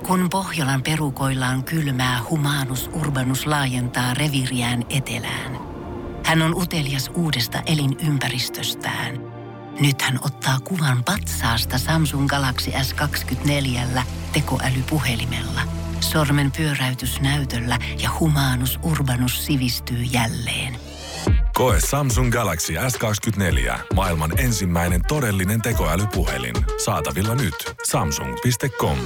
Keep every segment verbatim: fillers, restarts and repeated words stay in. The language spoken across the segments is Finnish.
Kun Pohjolan perukoillaan kylmää, Humanus Urbanus laajentaa reviiriään etelään. Hän on utelias uudesta elinympäristöstään. Nyt hän ottaa kuvan patsaasta Samsung Galaxy S kaksikymmentäneljä tekoälypuhelimella. Sormen pyöräytys näytöllä ja Humanus Urbanus sivistyy jälleen. Koe Samsung Galaxy S kaksikymmentäneljä. Maailman ensimmäinen todellinen tekoälypuhelin. Saatavilla nyt. samsung piste com.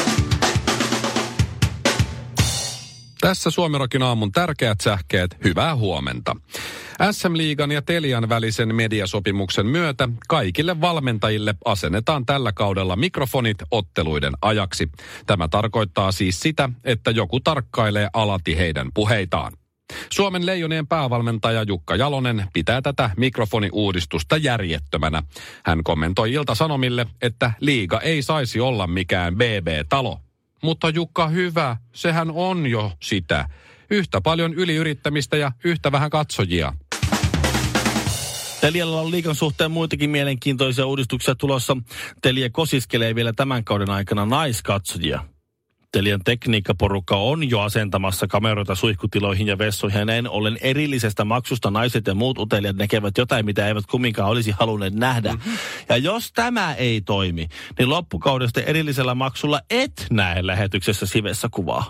Tässä Suomirokin aamun tärkeät sähkeet. Hyvää huomenta. S M-liigan ja Telian välisen mediasopimuksen myötä kaikille valmentajille asennetaan tällä kaudella mikrofonit otteluiden ajaksi. Tämä tarkoittaa siis sitä, että joku tarkkailee alati heidän puheitaan. Suomen Leijonien päävalmentaja Jukka Jalonen pitää tätä mikrofoniuudistusta järjettömänä. Hän kommentoi Ilta-Sanomille, että liiga ei saisi olla mikään B B-talo. Mutta Jukka, hyvä, sehän on jo sitä. Yhtä paljon yliyrittämistä ja yhtä vähän katsojia. Telialla on liigan suhteen muitakin mielenkiintoisia uudistuksia tulossa. Telia kosiskelee vielä tämän kauden aikana naiskatsojia. Telian tekniikkaporukka on jo asentamassa kameroita suihkutiloihin ja vessoihin, ja näin ollen erillisestä maksusta naiset ja muut utelijat näkevät jotain, mitä eivät kumminkaan olisi halunneet nähdä. Mm-hmm. Ja jos tämä ei toimi, niin loppukaudesta erillisellä maksulla et näe lähetyksessä sivessä kuvaa.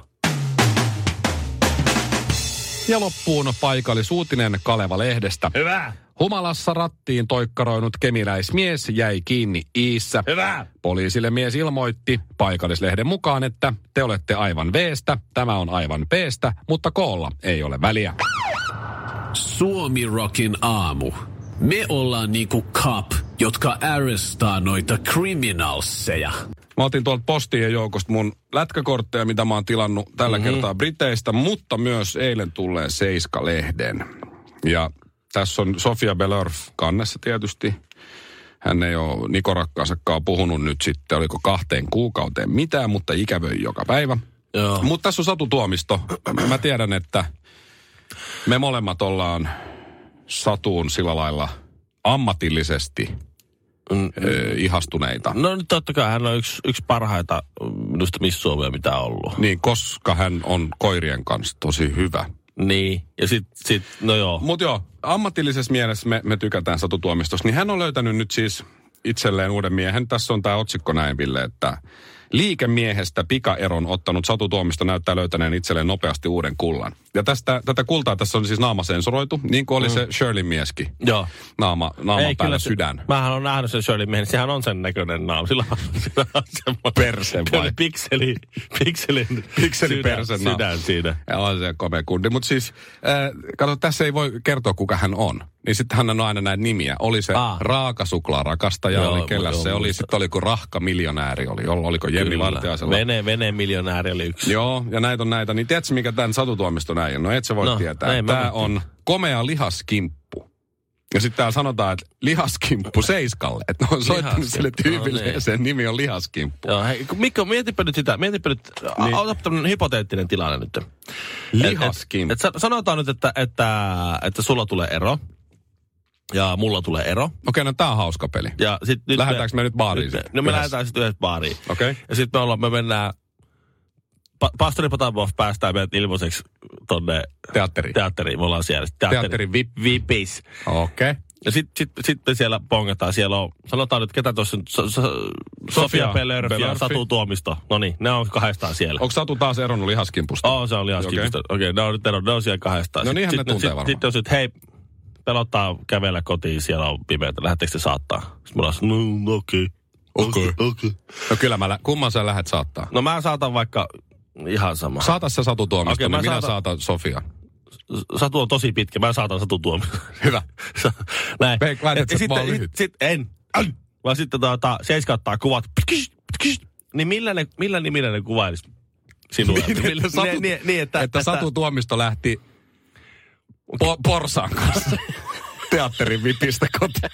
Ja loppuun paikallisuutinen Kaleva-lehdestä. Hyvä! Humalassa rattiin toikkaroinut kemiläismies jäi kiinni Iissä. Hyvä! Poliisille mies ilmoitti paikallislehden mukaan, että te olette aivan V:stä, tämä on aivan P:stä, mutta koolla ei ole väliä. Suomi-rokin aamu. Me ollaan niinku cop, jotka arrestaa noita criminalseja. Mä otin tuolta postien joukosta mun lätkäkortteja, mitä mä oon tilannut tällä mm-hmm. kertaa Briteistä, mutta myös eilen tulleen Seiska-lehden. Ja tässä on Sofia Belörf kannessa tietysti. Hän ei ole Niko Rakkaansakaan puhunut nyt sitten, oliko kahteen kuukauteen mitään, mutta ikävöi joka päivä. Mutta tässä on Satu Tuomisto. Mä tiedän, että me molemmat ollaan Satuun sillä lailla ammatillisesti mm. eh, ihastuneita. No nyt totta kai hän on yksi, yksi parhaita minusta Miss Suomea mitä on ollut. Niin, koska hän on koirien kanssa tosi hyvä. Niin, ja sit, sit no joo. Mut joo, ammatillisessa mielessä me, me tykätään Satu Tuomistosta, niin hän on löytänyt nyt siis itselleen uuden miehen. Tässä on tämä otsikko näin, Ville, että liikemiehestä pikaeron ottanut Satu Tuomisto näyttää löytäneen itselleen nopeasti uuden kullan. Ja tästä, tätä kultaa tässä on siis naama sensuroitu, niin kuin oli mm. se Shirley mieskin. Joo. Naama, naama Ei, päällä se, sydän. Mähän on nähnyt sen Shirley miehen, sehän on sen näköinen naama. Sillä on, sillä on semmoinen perse vai? Pikseli, pikselin Pikselipersen sydän, sydän siinä. Ja on se komea kundi. Mutta siis, äh, kato, tässä ei voi kertoa, kuka hän on. Niin sitten hän on aina näitä nimiä. Oli se ah. raakasuklaarakastaja, joo, oli kellä se oli. Sitten oliko rahkamiljonääri, oli, oliko Jenni Vartiaisella. Vene, vene miljonääri oli yksi. Joo, ja näitä on näitä. Niin tiedätkö, mikä tämän Satu Tuomisto näin on? No et sä voi no, tietää. Tämä on komea lihaskimppu. Ja sitten täällä sanotaan, että lihaskimppu Seiskalle. Että ne on soittanut sille tyypille no, ja sen nimi on lihaskimppu. Joo, hei, Mikko, mietipä nyt sitä. Mietipä nyt, niin. Ota tämmöinen hypoteettinen tilanne nyt. Lihaskimppu. Et, et, et sanotaan nyt, että, että, että sulla tulee ero. Ja mulla tulee ero. Okei, okay, no tää on hauska peli. Ja sit nyt lähdetäänkö me, me nyt baariin? Nyt, no me lähdetään sitten yhdessä baariin. Okei. Okay. Ja sitten me, ollaan, me mennään, pa, Pastori Potabov päästää meidät ilmaiseksi tonne teatteriin. Teatteriin, me ollaan siellä. Teatteri, Teatterin vip. Vipis. Okei. Okay. Ja sitten sit, sit me siellä pongataan. Siellä on, sanotaan nyt, ketä tuossa so, so, Sofia Belörf ja Satu Tuomisto. No niin, ne on kahdestaan siellä. Onko Satu taas eronnut lihaskimpusta? Oo, se on lihaskimpusta. Okei, okay. okay, ne on nyt eronnut, ne on siellä kahdestaan. No niinhän ne tuntee varmaan. Sitten on sitten, hei, pelottaa kävellä kotiin, siellä on pimeätä, lähdettekö te saattaa? Sitten mulla on, no okei. Okei. Okay. No kyllä mä, lä- kumman sä lähdet saattaa? No mä saatan vaikka ihan sama. Saata sä Satu Tuomisto, okay, niin minä saatan, saatan Sofia. Satu on tosi pitkä, mä saatan Satu Tuomisto. Hyvä. Näin. Veik, väität sä vaan lyhyt. Sit, sit, en. Vaan sitten tuota, Seiska ottaa kuvat. Niin millä, ne, millä nimillä ne kuvailisi sinua? Niin, että Satu, niin, niin, että, että Satu Tuomisto lähti po- Porsaan kanssa teatterin vipistä kotiin.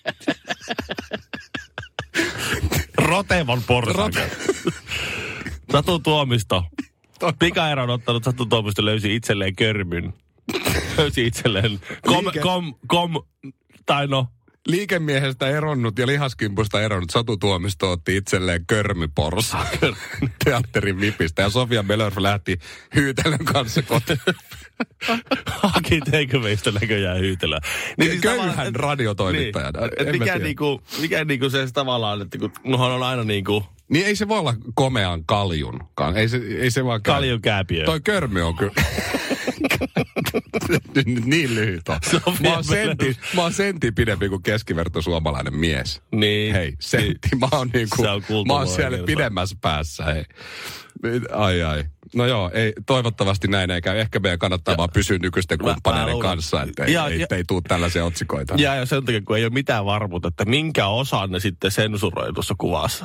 Rotevon Porsaan. Rote- Satu Tuomisto. Pikaero on ottanut Satu Tuomisto, löysi itselleen körmyn. Löysi itselleen kom, kom, kom, tai no, liikemiehestä eronnut ja lihaskimpusta eronnut Satu Tuomisto otti itselleen körmyporsa teatterin vipistä. Ja Sofia Belörf lähti hyytelön kanssa kotiin. Haki takeawaysta näköjään hyytelöä. Niin, köyhän radiotoimittajana. Niin, et mikä, niinku, mikä niinku se tavallaan, että kun nuhan on aina niinku... Niin ei se voi olla komean kaljun. Ei se, ei se vaan kaljun kääpiö. Toi körmy on kyllä... niin lyhyt on. Mä oon, sentin, mä oon sentin pidempi kuin keskiverto suomalainen mies. Niin. Hei, sentti. Mä oon niinku... Mä oon siellä pidemmässä päässä, hei. Ai ai. No joo, ei, toivottavasti näin ei käy. Ehkä meidän kannattaa ja, vaan pysyä nykyisten kumppaneiden kanssa, että ei, ei, ei tule tällaisia otsikoita. Ja, ja sen takia, kun ei ole mitään varmuutta, että minkä osan ne sitten sensuroi tuossa kuvassa.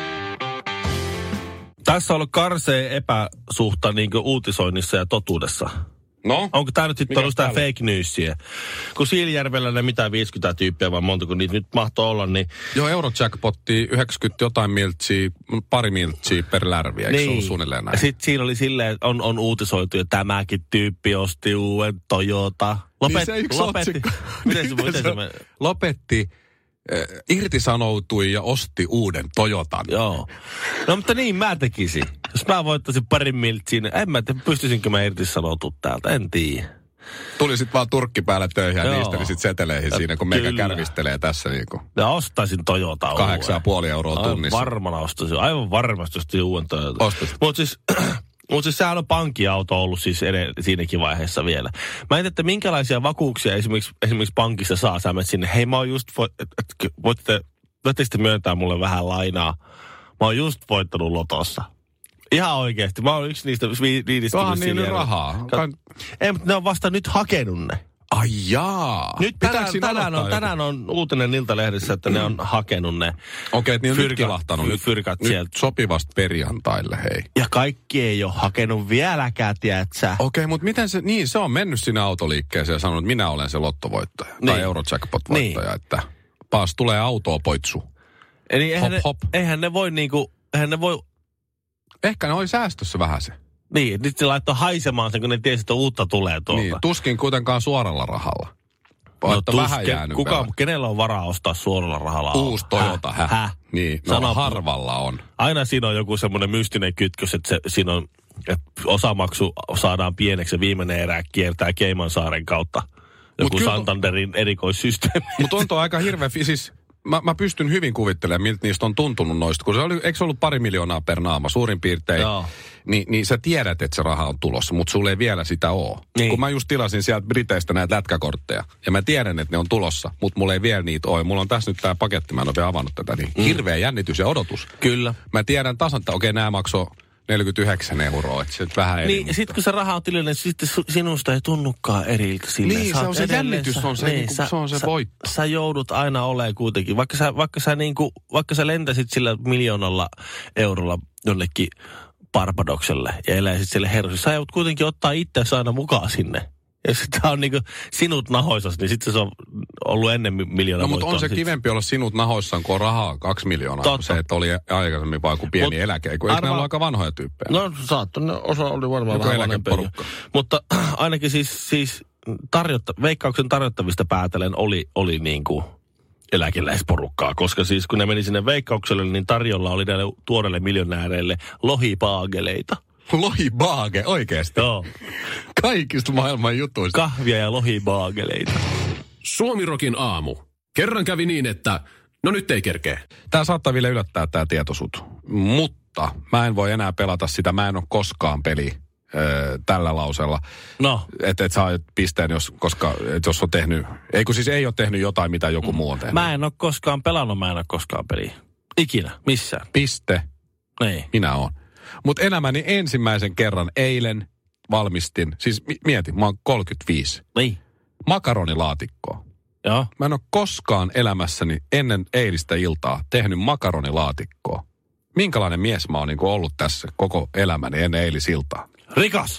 Tässä on ollut karsea epäsuhta niin kuin uutisoinnissa ja totuudessa. No? Onko tämä nyt sitten ollut sitä fake newsia? Kun Siilijärvellä ne mitään viisikymmentä tyyppiä, vaan monta kun niitä nyt mahtoi olla, niin... Joo, Eurojackpotti yhdeksänkymmentä jotain miltsiä, pari miltsiä per lärvi, eikö niin. Se ollut suunnilleen näin? Ja sitten siinä oli silleen, on, on uutisoitu, että tämäkin tyyppi osti uuden Toyota. Lopet, niin se yksi lopetti. Miten se, miten se, se lopetti. Eh, irtisanoutui ja osti uuden Toyotan. Joo. No mutta niin mä tekisin. Jos mä voittaisin parin miltsiin, en mä tiedä, pystyisinkö mä irtisanoutua täältä, en tiedä. Tuli sit vaan turkki päälle töihin ja niistä sit seteleihin ja siinä, kun meikä kärvistelee tässä niinku. Ja ostaisin Toyota uuden. Kahdeksan ja puoli euroa tunnissa. Aivan varmana ostaisin, aivan varmasti ostaisin uuden Toyota. Ostaisin. Mut siis... Mutta siis sehän on pankkiauto ollut siis ed- siinäkin vaiheessa vielä. Mä en tiedä, että minkälaisia vakuuksia esimerkiksi, esimerkiksi pankissa saa. Sä menet sinne, hei mä oon just, vo- et, et, voitte, voitte sitten myöntää mulle vähän lainaa. Mä oon just voittanut lotossa. Ihan oikeesti. Mä oon yksi niistä viidistynyt. Tuohan niin rahaa. Ka- ei, mutta ne on vasta nyt hakenut ne. Ai jaa. Nyt tänään, tänään, on, tänään on uutinen Iltalehdessä, että ne on hakenut ne. Okei, että ne on fyrkat, nyt kilahtanut. Nyt, fyrkat nyt sieltä. Sopivasti perjantaille, hei. Ja kaikki ei ole hakenut vieläkään, tiedätkö? Okei, mutta miten se, niin se on mennyt sinne autoliikkeeseen ja sanonut, että minä olen se lottovoittaja. Niin. Tai Eurojackpot-voittaja, niin. Että paas tulee autoa poitsu. Eli eihän, hop, ne, hop. eihän ne voi niinku, eihän ne voi... Ehkä ne oli säästössä vähän se. Niin, nyt se laittoi haisemaan sen, kun ne tiesi, että uutta tulee tuolta. Niin, tuskin kuitenkaan suoralla rahalla. No tuskin, kuka, kenellä on varaa ostaa suoralla rahalla? Uusi Toyota, häh? Häh? Niin, no Sano, harvalla on. Aina siinä on joku semmoinen mystinen kytkös, että se, siinä on, että osamaksu saadaan pieneksi ja viimeinen erä kiertää Keimansaaren kautta. Joku kyllä, Santanderin erikoissysteemi. Mutta on tuo aika hirveä, siis mä, mä pystyn hyvin kuvittelemaan, miltä niistä on tuntunut noista. Kun se oli, eikö se ollut pari miljoonaa per naama suurin piirtein? Joo. Niin, niin sä tiedät, että se raha on tulossa, mutta sulle ei vielä sitä ole. Niin. Kun mä just tilasin sieltä Briteistä näitä lätkäkortteja, ja mä tiedän, että ne on tulossa, mutta mulla ei vielä niitä ole. Mulla on tässä nyt tää paketti, mä en ole vielä avannut tätä, niin mm. hirveä jännitys ja odotus. Kyllä. Mä tiedän tasan, että okei, nämä maksoi neljäkymmentäyhdeksän euroa, että se vähän eri. Niin, ja sitten kun se raha on tilille, niin sitten sinusta ei tunnukaan eriltä sille. Niin, se on se jännitys, on se, niin, sä, se on se sä, voitto. Sä joudut aina olemaan kuitenkin, vaikka sä, vaikka sä, niinku, vaikka sä lentäisit sillä miljoonalla eurolla jonnekin Barbadokselle ja eläisit siellä herrossa, sä joudut kuitenkin ottaa itseäsi aina mukaan sinne. Jos tämä on niinku sinut nahoissasi, niin sitten se on ollut ennen miljoonaa. No, mutta on se kivempi olla sinut nahoissaan, kun on rahaa kaksi miljoonaa. Totta. Se, että oli aikaisemmin vaan kuin pieni Mut, eläke. Eikö arva... ne ollut aika vanhoja tyyppejä? No saattu, osa oli varmaan Joku vähän vanhempia. Mutta ainakin siis, siis tarjotta, Veikkauksen tarjottavista päätellen oli, oli niin kuin eläkeläisporukkaa. Koska siis kun ne meni sinne Veikkaukselle, niin tarjolla oli näille tuoreille miljonääreille lohipaageleita. Lohibaage, oikeasti? Joo. Kaikista maailman jutuista. Kahvia ja lohibaageleita. Suomirokin aamu. Kerran kävi niin, että no nyt ei kerkeä. Tää saattaa vielä yllättää tää tietosut. Mutta mä en voi enää pelata sitä. Mä en ole koskaan peli öö, tällä lauseella. No. Että et saa pisteen, jos, koska, et jos on tehnyt, ei kun siis ei ole tehnyt jotain, mitä joku muu on tehnyt. Mä en ole koskaan pelannut, mä en ole koskaan peliä. Ikinä, missään. Piste. Ei. Minä oon. Mutta elämäni ensimmäisen kerran eilen valmistin, siis mieti, mä oon kolmekymmentäviisi. Niin. Makaronilaatikkoa. Joo. Mä en ole koskaan elämässäni ennen eilistä iltaa tehnyt makaronilaatikkoa. Minkälainen mies mä oon niin kuin ollut tässä koko elämäni ennen eilisiltaa? Rikas!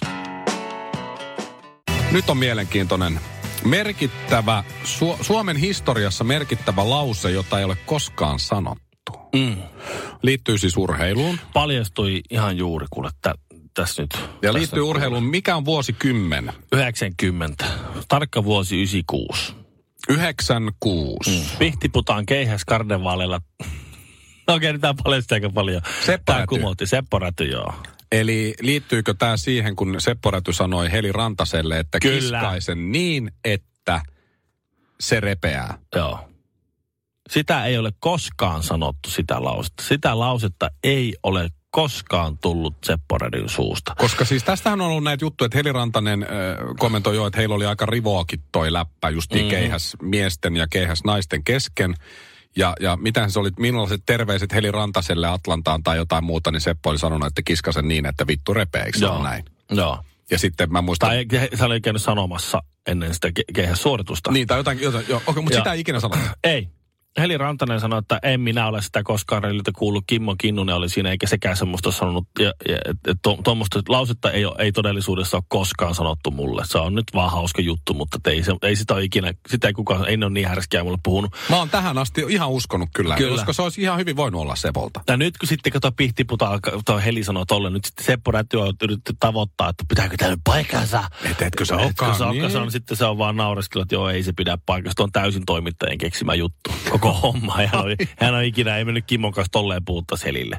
Nyt on mielenkiintoinen, merkittävä, Su- Suomen historiassa merkittävä lause, jota ei ole koskaan sanottu. Mm. Liittyy siis urheiluun. Paljastui ihan juuri, kuule, tä, tässä nyt. Ja liittyy urheiluun. Mikä on vuosikymmen? yhdeksänkymmentä. Tarkka vuosi yhdeksänkymmentäkuusi. yhdeksänkymmentäkuusi. Mm. Pihtiputaan keihäs karnevaaleilla. Okei, nyt tämä paljasti aika paljon. Seppo Tämä Räty. kumotti. Seppo Räty, joo. Eli liittyykö tämä siihen, kun Seppo Räty sanoi Heli Rantaselle, että Kyllä. kiskaisen niin, että se repeää? Joo. Sitä ei ole koskaan sanottu, sitä lausetta. Sitä lausetta ei ole koskaan tullut Seppo Rädyn suusta. Koska siis tästähän on ollut näitä juttuja, että Heli Rantanen äh, kommentoi jo, että heillä oli aika rivoakin toi läppä, justiin mm-hmm. keihäs miesten ja keihäs naisten kesken. Ja, ja mitähän se oli, millaiset terveiset Heli Rantaselle Atlantaan tai jotain muuta, niin Seppo oli sanonut, että kiskasen niin, että vittu repee, eikö se ole näin? Joo. Ja sitten mä muistan... Tai se oli käynyt sanomassa ennen sitä ke- keihässuoritusta. Niin, tai jotain, jotain joo, okei, mutta Ja- sitä ei ikinä sanottu. Ei. Heli Rantanen sanoi, että en minä ole sitä koskaan Rädyltä kuullut. Kimmo Kinnunen oli siinä, eikä sekään semmoista sanonut. Ja, ja, tuommoista to, lausetta ei, ole, ei todellisuudessa ole koskaan sanottu mulle. Se on nyt vaan hauska juttu, mutta ei, se, ei sitä ole ikinä, sitä ei kukaan, ei ne ole niin härskää mulle puhunut. Mä oon tähän asti ihan uskonut kyllä, Kyllä. koska se olisi ihan hyvin voinut olla Sepolta. Ja nyt kun sitten kato Pihtiputa, tuo Heli sanoi tolle, nyt sitten Seppo Räty on yritetty tavoittaa, että pitääkö tämä nyt paikkansa. Et etkö sä Etkö olekaan, sä niin? olekaan, niin. Sitten se on vaan naureskellut, että joo, ei se pidä paikassa. Tuo on täysin toimittajien keksimä juttu. Koko homma. Hän on, hän on ikinä, ei mennyt Kimmon kanssa tolleen puhuttaisi Helille.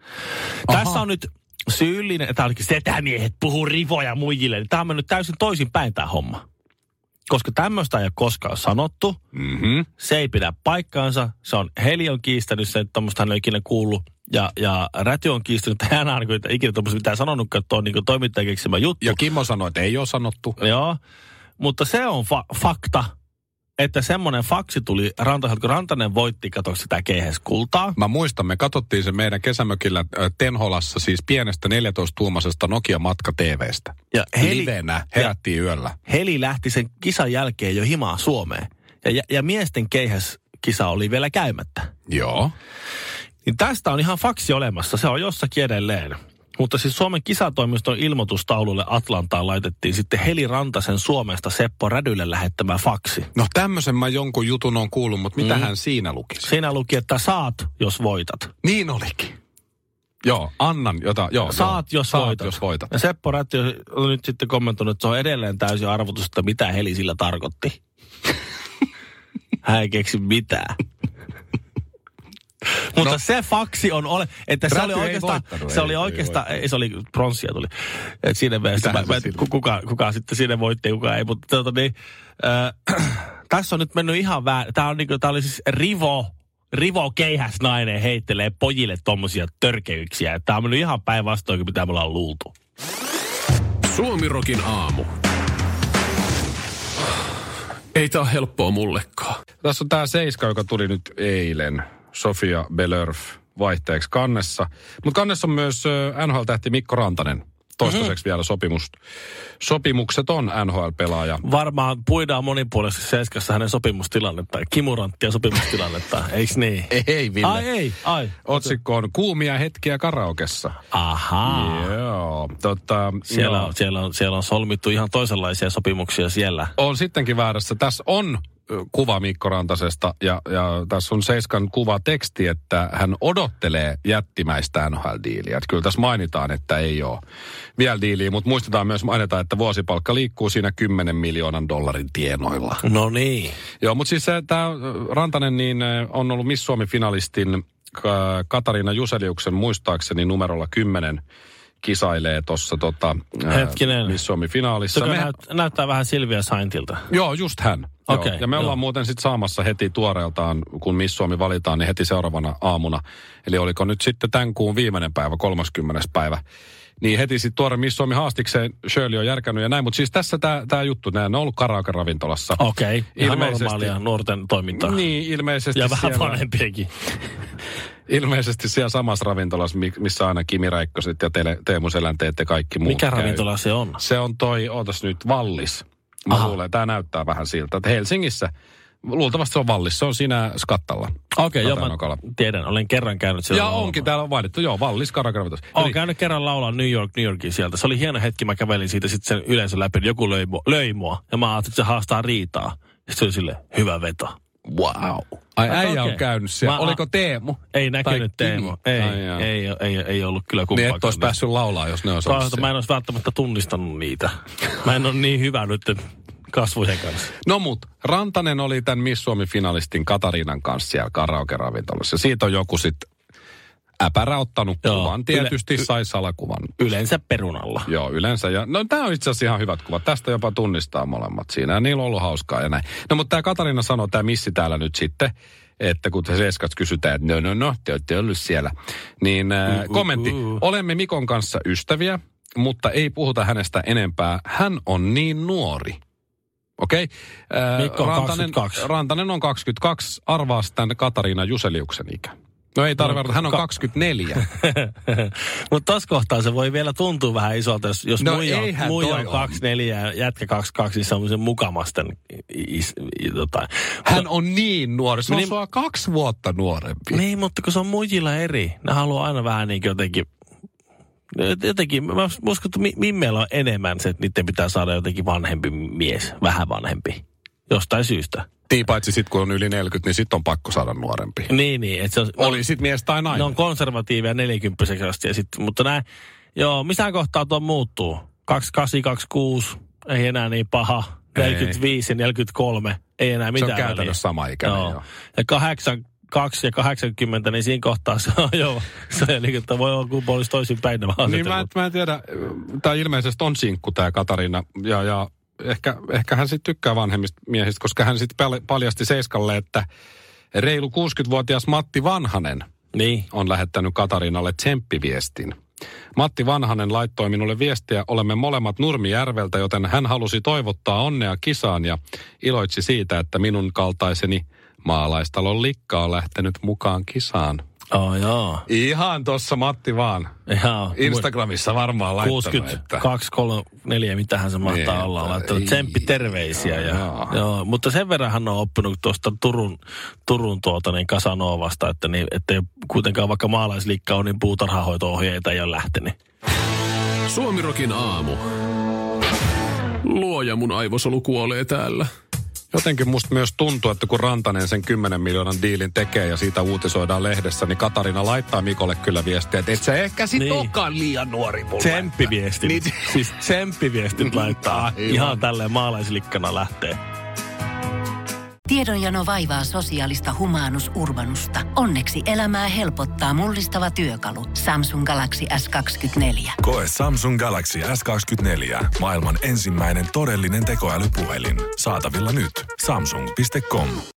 Aha. Tässä on nyt syyllinen, tämä olikin setämiehet puhuu rivoja muijille. Tämä on mennyt täysin toisinpäin tämä homma. Koska tämmöistä ei ole koskaan sanottu. Mm-hmm. Se ei pidä paikkaansa. Se on, Heli on kiistänyt sen, että tuommoista hän ei ole ikinä kuullut. Ja, ja Räty on kiistänyt, että hän on ikinä tuommoista mitään sanonutkaan, että on niin toimittajan keksimä juttu. Ja Kimmo sanoi, että ei ole sanottu. Joo, mutta se on fa- fakta, että semmoinen faksi tuli Rantaselta, kun Rantanen voitti, katsoksi sitä keihäskultaa. Mä muistan, me katsottiin se meidän kesämökillä äh, Tenholassa, siis pienestä neljätoista-tuumaisesta Nokia Matka T V:stä. Ja Heli, Livenä herättiin yöllä. Heli lähti sen kisan jälkeen jo himaan Suomeen. Ja, ja, ja miesten keihäskisa oli vielä käymättä. Joo. Niin tästä on ihan faksi olemassa, se on jossakin edelleen. Mutta siis Suomen kisatoimiston ilmoitustaululle Atlantaan laitettiin sitten Heli Rantasen Suomesta Seppo Rädylle lähettämä faksi. No tämmöisen mä jonkun jutun on kuullut, mutta mitä Mm. hän siinä luki? Siinä luki, että saat, jos voitat. Niin olikin. Joo, annan jota, joo. Saat, joo. jos Saat, voitat. jos voitat. Ja Seppo Räty on nyt sitten kommentoinut, että se on edelleen täysin arvotus, että mitä Heli sillä tarkoitti. Hän ei keksi mitään. Mutta no, se faksi on ole, että se Räty oli ei oikeastaan, voittanut, se ei, oli ei oikeastaan, ei, se oli pronssia tuli. Et siinä mielessä, mä, mä, kuka, kuka sitten siinä voitti, kuka ei, mutta tuota, niin, äh, tässä on nyt mennyt ihan väärin. Tämä on niinku, tää oli siis Rivo, Rivo keihäs nainen heittelee pojille tommosia törkeyksiä. Tämä on mennyt ihan päinvastoin kuin mitä me ollaan luultu. Suomirokin aamu. Ei tää ole helppoa mullekaan. Tässä on tää seiska, joka tuli nyt eilen. Sofia Belörf vaihteeksi kannessa. Mutta kannessa on myös N H L-tähti Mikko Rantanen. Toistaiseksi mm-hmm. vielä sopimus, sopimukset on N H L-pelaaja. Varmaan puidaan monipuolisesti Seiskassa hänen sopimustilannetta, kimuranttia sopimustilannetta, eikö niin? Ei, Ville. Ai ei, ai. Otsikko on kuumia hetkiä karaokessa. Ahaa. Joo. Tota, siellä, joo. on, siellä, on, siellä on solmittu ihan toisenlaisia sopimuksia siellä. On sittenkin väärässä. Tässä on kuva Mikko Rantasesta ja, ja tässä on Seiskan kuva teksti, että hän odottelee jättimäistä N H L-diiliä. Että kyllä tässä mainitaan, että ei ole vielä diiliä, mutta muistetaan myös mainita, että vuosipalkka liikkuu siinä kymmenen miljoonan dollarin tienoilla. No niin. Joo, mutta siis tämä Rantanen niin on ollut Miss Suomi-finalistin Katariina Juseliuksen muistaakseni numerolla kymmenen kisailee tuossa tota, Hetkinen. Miss Suomi-finaalissa. Me... näyt, näyttää vähän Silvia Saintilta. Joo, just hän. Okay, joo. Ja me ollaan joo. muuten sitten saamassa heti tuoreeltaan, kun Miss Suomi valitaan, niin heti seuraavana aamuna. Eli oliko nyt sitten tämän kuun viimeinen päivä, kolmaskymmenes päivä. Niin heti sitten tuore Miss Suomi haastikseen Shirley on järkännyt ja näin. Mutta siis tässä tämä juttu, nämä on ollut karaoke-ravintolassa. Okei, okay. Ihan normaalia nuorten toimintaa. Niin, ilmeisesti ja vähän siellä... vanhempiakin. Ilmeisesti siellä samassa ravintolassa, missä aina Kimi Räikköset ja Te- Teemu Selänteet ja kaikki muut. Mikä käy. ravintola se on? Se on toi, ootas nyt, Vallis. Mä Aha. luulen, tämä näyttää vähän siltä, että Helsingissä, luultavasti se on Vallis, se on siinä Skattalla. Okei, okay, joo, mä tiedän, olen kerran käynyt siellä. Ja onkin täällä on vaadittu, joo, Vallis karaoke-ravintolassa. Olen Eli... käynyt kerran laulaa New York, New Yorkin sieltä. Se oli hieno hetki, mä kävelin siitä sitten sen yleisön läpi, joku löi, löi mua. Ja mä ajattelin, että se haastaa riitaa. Sitten se oli silleen, hyvä veto. Wow. Ai äijä okay. on käynyt siellä. Mä, Oliko Teemu? Ei näkynyt Teemu. Ei, ei, ei, ei, ei ollut kyllä kumpaakaan. Niin et olisi päässyt laulaa, jos ne olisi ollut Mä en olisi välttämättä tunnistanut niitä. Mä en ole niin hyvä nyt kasvojen kanssa. No mut, Rantanen oli tämän Miss Suomi-finalistin Katariinan kanssa siellä karaoke-ravintolassa. Siitä on joku sitten äpärä ottanut Joo, kuvan. Tietysti yle, sai salakuvan. Yleensä perunalla. Joo, yleensä. Ja, no tämä on itse asiassa ihan hyvät kuvat. Tästä jopa tunnistaa molemmat siinä. Ja niillä on ollut hauskaa ja näin. No mutta tämä Katariina sanoi, tämä missi täällä nyt sitten, että kun se Seskas kysytään, että no no no, te olette ollut siellä. Niin äh, uh, uh, kommentti, uh. olemme Mikon kanssa ystäviä, mutta ei puhuta hänestä enempää. Hän on niin nuori. Okei. Okay. Mikko on Rantanen, kaksikymmentäkaksi. Rantanen on kaksikymmentäkaksi. Arvaa sitten Katariina Juseliuksen ikä. No ei tarvitse, no, hän on ka- kaksikymmentäneljä. Mutta tuossa kohtaa se voi vielä tuntua vähän isolta, jos, jos no muija, muija on kaksikymmentäneljä ja jätkä kaksikymmentäkaksi, niin semmoisen mukamasten is, jotain. Hän on niin nuori, se on niin, sua kaksi vuotta nuorempi. Niin, mutta kun se on muijilla eri. Ne haluaa aina vähän niin kuin jotenkin, jotenkin, mä uskon, että Mimmeillä on enemmän se, että niiden pitää saada jotenkin vanhempi mies, vähän vanhempi, jostain syystä. Niin, paitsi sitten kun on yli neljäkymmentä, niin sitten on pakko saada nuorempi. Niin, niin. Että se on, oli sitten mies tai nainen. Ne on konservatiivia neljäkymppiseksi asti. Ja sit, mutta näin, joo, missään kohtaa tuo muuttuu. kaksikymmentäkahdeksan, kaksikymmentäkuusi, ei enää niin paha. neljäkymmentäviisi ja neljäkymmentäkolme, ei enää mitään. Se on käytännössä sama ikäinen, joo. joo. Ja kahdeksankymmentäkaksi ja kahdeksankymmentä, niin siinä kohtaa se on joo. Se on niin, että voi olla kumpa olisi toisinpäin nämä asetelmat. Niin mä en, mä en tiedä, tämä ilmeisesti on sinkku tämä Katariina ja, ja Ehkä, ehkä hän sitten tykkää vanhemmista miehistä, koska hän sitten paljasti Seiskalle, että reilu kuusikymmentävuotias Matti Vanhanen niin. on lähettänyt Katariinalle tsemppiviestin. Matti Vanhanen laittoi minulle viestiä, olemme molemmat Nurmijärveltä, joten hän halusi toivottaa onnea kisaan ja iloitsi siitä, että minun kaltaiseni maalaistalon likka on lähtenyt mukaan kisaan. Oh, joo. Ihan tossa Matti vaan. Jaa, Instagramissa varmaan laittanut. kuusikymmentäkaksi, kolmekymmentäneljä, mitähän se mahtaa niin, olla. Laittanut tsemppi terveisiä. Ja, ja, joo, mutta sen verran hän on oppinut tuosta Turun, Turun tuota, niin Casanovasta, että niin, ettei kuitenkaan vaikka maalaislikka on, niin puutarhahoito-ohjeita ei ole lähtenyt. Suomirokin aamu. Luoja, mun aivosolu kuolee täällä. Jotenkin musta myös tuntuu, että kun Rantanen sen kymmenen miljoonan diilin tekee ja siitä uutisoidaan lehdessä, niin Katariina laittaa Mikolle kyllä viestiä, että et sä ehkä sit niin. olekaan liian nuori mulle. Tsemppiviestit. Niin. Siis tsemppiviestit laittaa. Aivan. Ihan tälleen maalaislikkana lähtee. Tiedonjano vaivaa sosiaalista humanus urbanusta. Onneksi elämää helpottaa mullistava työkalu. Samsung Galaxy S kaksikymmentäneljä. Koe Samsung Galaxy S kaksikymmentäneljä. Maailman ensimmäinen todellinen tekoälypuhelin. Saatavilla nyt. Samsung piste com.